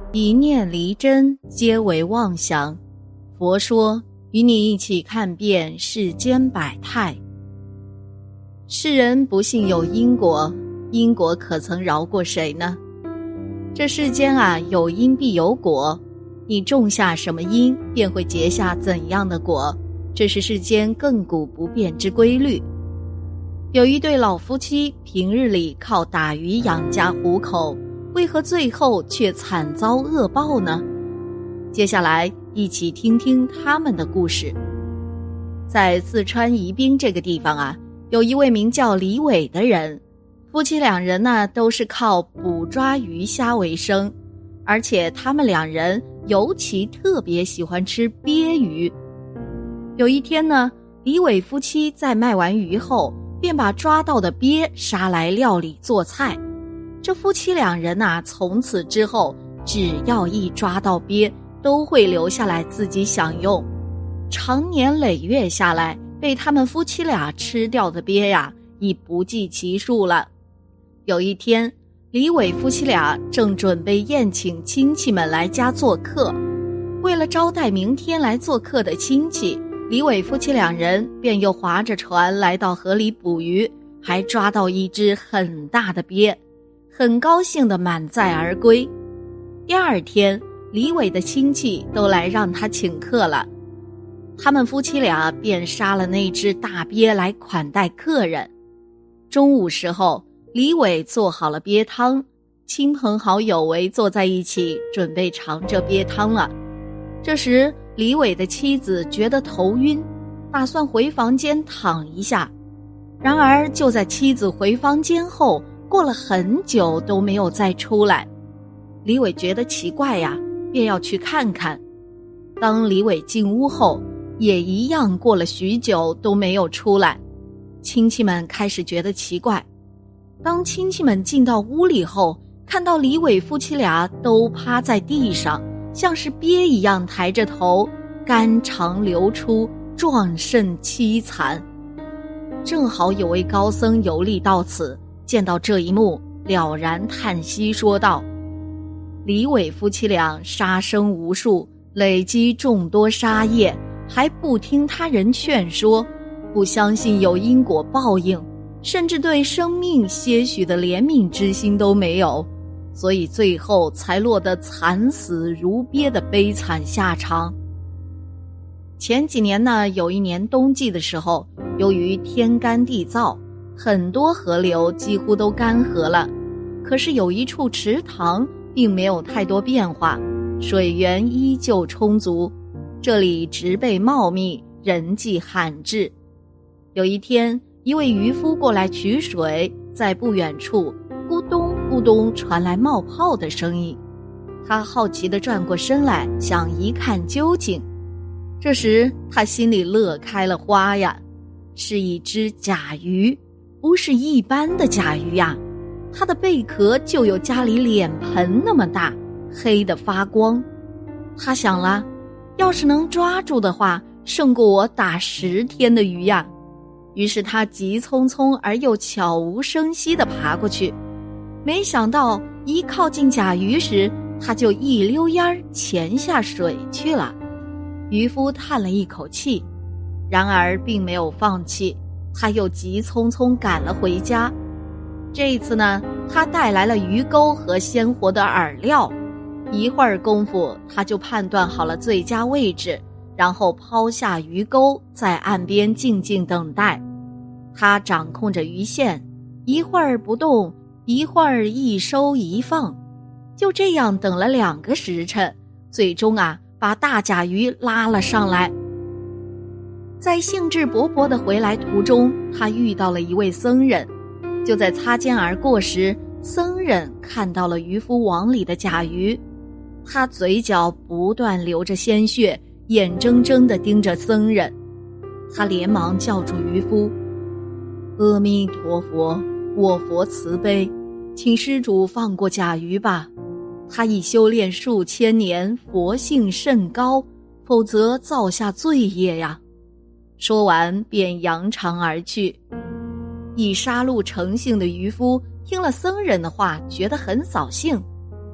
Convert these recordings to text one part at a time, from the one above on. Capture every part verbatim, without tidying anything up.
一念离真，皆为妄想。佛说，与你一起看遍世间百态。世人不信有因果，因果可曾饶过谁呢？这世间啊，有因必有果，你种下什么因，便会结下怎样的果，这是世间亘古不变之规律。有一对老夫妻，平日里靠打鱼养家糊口，为何最后却惨遭恶报呢？接下来一起听听他们的故事。在四川宜宾这个地方啊，有一位名叫李伟的人，夫妻两人呢都是靠捕抓鱼虾为生，而且他们两人尤其特别喜欢吃鳖鱼。有一天呢，李伟夫妻在卖完鱼后，便把抓到的鳖杀来料理做菜。这夫妻两人啊，从此之后只要一抓到鳖，都会留下来自己享用。长年累月下来，被他们夫妻俩吃掉的鳖呀，已不计其数了。有一天，李伟夫妻俩正准备宴请亲戚们来家做客，为了招待明天来做客的亲戚，李伟夫妻两人便又划着船来到河里捕鱼，还抓到一只很大的鳖，很高兴地满载而归。第二天，李伟的亲戚都来让他请客了，他们夫妻俩便杀了那只大鳖来款待客人。中午时候，李伟做好了鳖汤，亲朋好友围坐在一起，准备尝这鳖汤了。这时，李伟的妻子觉得头晕，打算回房间躺一下。然而就在妻子回房间后，过了很久都没有再出来。李伟觉得奇怪呀，便要去看看。当李伟进屋后，也一样过了许久都没有出来。亲戚们开始觉得奇怪。当亲戚们进到屋里后，看到李伟夫妻俩都趴在地上，像是鳖一样抬着头，肝肠流出，状甚凄惨。正好有位高僧游历到此，见到这一幕，了然叹息说道：李伟夫妻俩杀生无数，累积众多杀业，还不听他人劝说，不相信有因果报应，甚至对生命些许的怜悯之心都没有，所以最后才落得惨死如鳖的悲惨下场。前几年呢，有一年冬季的时候，由于天干地燥，很多河流几乎都干涸了，可是有一处池塘并没有太多变化，水源依旧充足，这里植被茂密，人迹罕至。有一天，一位渔夫过来取水，在不远处咕咚咕咚传来冒泡的声音。他好奇地转过身来，想一看究竟。这时他心里乐开了花呀，是一只甲鱼，不是一般的甲鱼呀，它的贝壳就有家里脸盆那么大，黑得发光。他想了，要是能抓住的话，胜过我打十天的鱼呀。于是他急匆匆而又悄无声息地爬过去，没想到一靠近甲鱼时，他就一溜烟儿潜下水去了。渔夫叹了一口气，然而并没有放弃，他又急匆匆赶了回家。这一次呢，他带来了鱼钩和鲜活的饵料，一会儿功夫他就判断好了最佳位置，然后抛下鱼钩，在岸边静静等待。他掌控着鱼线，一会儿不动，一会儿一收一放，就这样等了两个时辰，最终啊，把大甲鱼拉了上来。在兴致勃勃地回来途中，他遇到了一位僧人。就在擦肩而过时，僧人看到了渔夫网里的甲鱼，他嘴角不断流着鲜血，眼睁睁地盯着僧人。他连忙叫住渔夫：阿弥陀佛，我佛慈悲，请施主放过甲鱼吧，他已修炼数千年，佛性甚高，否则造下罪业呀。说完便扬长而去。以杀戮成性的渔夫听了僧人的话，觉得很扫兴，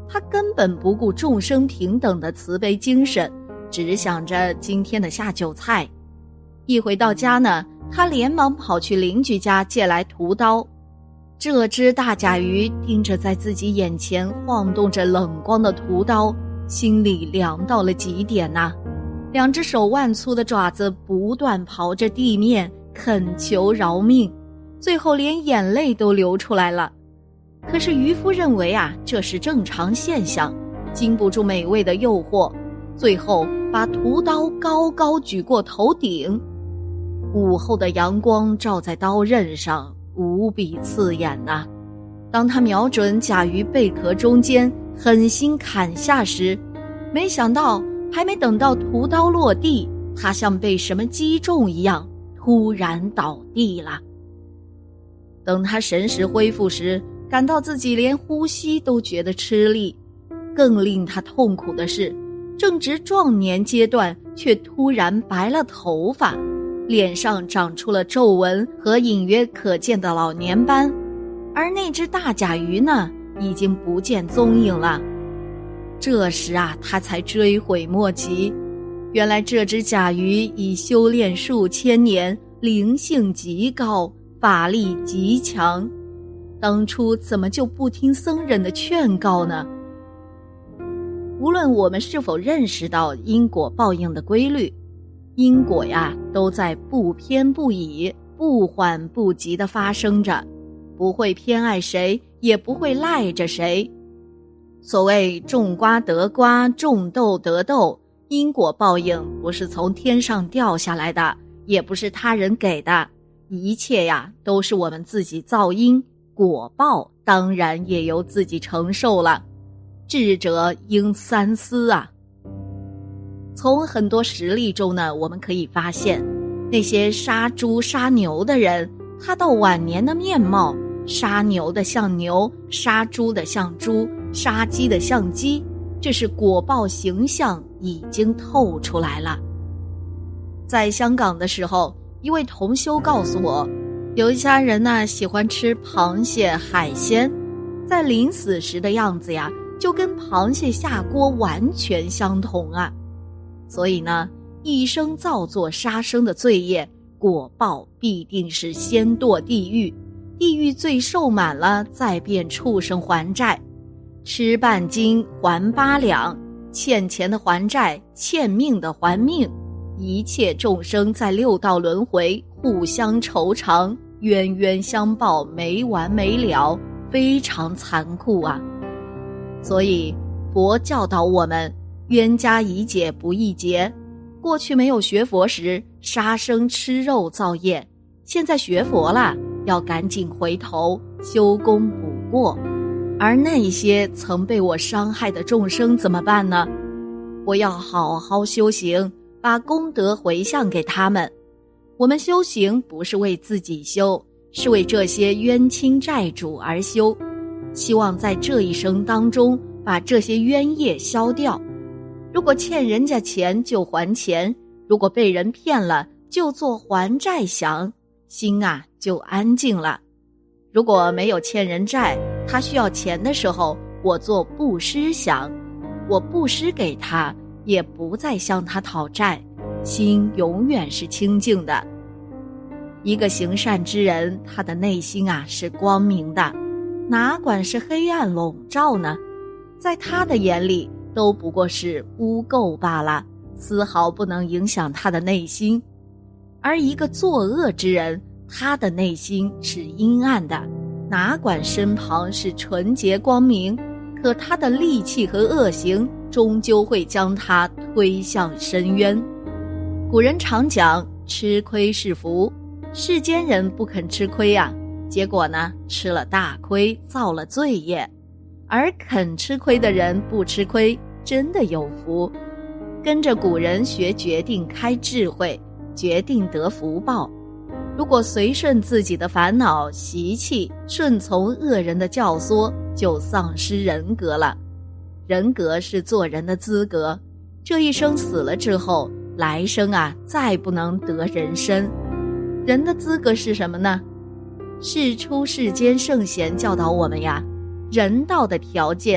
他根本不顾众生平等的慈悲精神，只想着今天的下酒菜。一回到家呢，他连忙跑去邻居家借来屠刀。这只大甲鱼盯着在自己眼前晃动着冷光的屠刀，心里凉到了极点呐、啊。两只手腕粗的爪子不断刨着地面，恳求饶命，最后连眼泪都流出来了。可是渔夫认为啊，这是正常现象，经不住美味的诱惑，最后把屠刀高高举过头顶。午后的阳光照在刀刃上，无比刺眼呐、啊。当他瞄准甲鱼贝壳中间狠心砍下时，没想到还没等到屠刀落地，他像被什么击中一样突然倒地了。等他神识恢复时，感到自己连呼吸都觉得吃力。更令他痛苦的是，正值壮年阶段却突然白了头发，脸上长出了皱纹和隐约可见的老年斑，而那只大甲鱼呢，已经不见踪影了。这时啊，他才追悔莫及，原来这只甲鱼已修炼数千年，灵性极高，法力极强，当初怎么就不听僧人的劝告呢？无论我们是否认识到因果报应的规律，因果呀，都在不偏不倚、不缓不急地发生着，不会偏爱谁，也不会赖着谁。所谓种瓜得瓜，种豆得豆，因果报应不是从天上掉下来的，也不是他人给的，一切呀，都是我们自己造因，果报当然也由自己承受了。智者应三思啊。从很多实例中呢，我们可以发现，那些杀猪杀牛的人，他到晚年的面貌，杀牛的像牛，杀猪的像猪，杀鸡的像鸡，这是果报形象已经透出来了。在香港的时候，一位同修告诉我，有一家人呢喜欢吃螃蟹海鲜，在临死时的样子呀，就跟螃蟹下锅完全相同啊。所以呢，一生造作杀生的罪业，果报必定是先堕地狱，地狱罪受满了，再变畜生还债，吃半斤还八两，欠钱的还债，欠命的还命，一切众生在六道轮回互相酬偿，冤冤相报，没完没了，非常残酷啊。所以佛教导我们，冤家宜解不宜结。过去没有学佛时，杀生吃肉造业，现在学佛了，要赶紧回头修功补过。而那些曾被我伤害的众生怎么办呢？我要好好修行，把功德回向给他们。我们修行不是为自己修，是为这些冤亲债主而修，希望在这一生当中把这些冤业消掉。如果欠人家钱就还钱，如果被人骗了就做还债想，心啊就安静了。如果没有欠人债，他需要钱的时候，我做布施想，我布施给他，也不再向他讨债，心永远是清净的。一个行善之人，他的内心啊是光明的，哪管是黑暗笼罩呢？在他的眼里都不过是污垢罢了，丝毫不能影响他的内心。而一个作恶之人，他的内心是阴暗的，哪管身旁是纯洁光明，可他的戾气和恶行终究会将他推向深渊。古人常讲吃亏是福，世间人不肯吃亏啊，结果呢吃了大亏，造了罪业。而肯吃亏的人不吃亏，真的有福。跟着古人学决定开智慧，决定得福报。如果随顺自己的烦恼习气，顺从恶人的教唆，就丧失人格了。人格是做人的资格，这一生死了之后，来生啊再不能得人身。人的资格是什么呢？世出世间圣贤教导我们呀，人道的条件，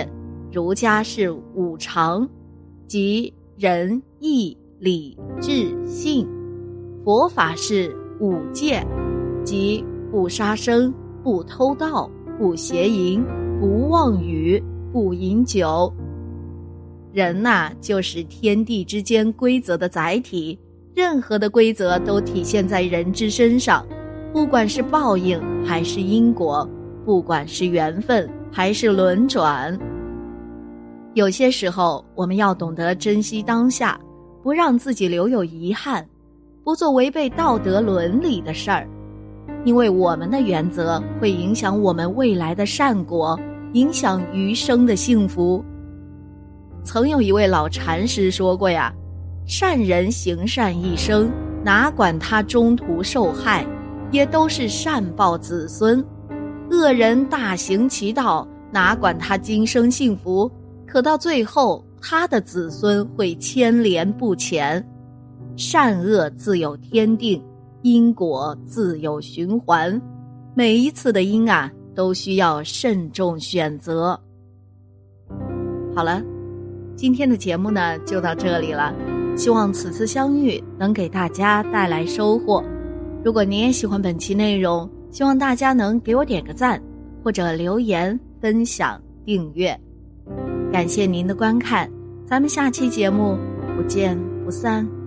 儒家是五常，即仁义礼智信；佛法是五戒，即不杀生、不偷盗、不邪淫、不妄语、不饮酒。人呐、啊，就是天地之间规则的载体，任何的规则都体现在人之身上，不管是报应还是因果，不管是缘分还是轮转。有些时候我们要懂得珍惜当下，不让自己留有遗憾，不做违背道德伦理的事儿，因为我们的原则会影响我们未来的善果，影响余生的幸福。曾有一位老禅师说过呀，善人行善一生，哪管他中途受害，也都是善报子孙；恶人大行其道，哪管他今生幸福，可到最后他的子孙会牵连不浅。善恶自有天定，因果自有循环，每一次的因啊，都需要慎重选择。好了，今天的节目呢就到这里了，希望此次相遇能给大家带来收获。如果您也喜欢本期内容，希望大家能给我点个赞，或者留言、分享、订阅。感谢您的观看，咱们下期节目不见不散。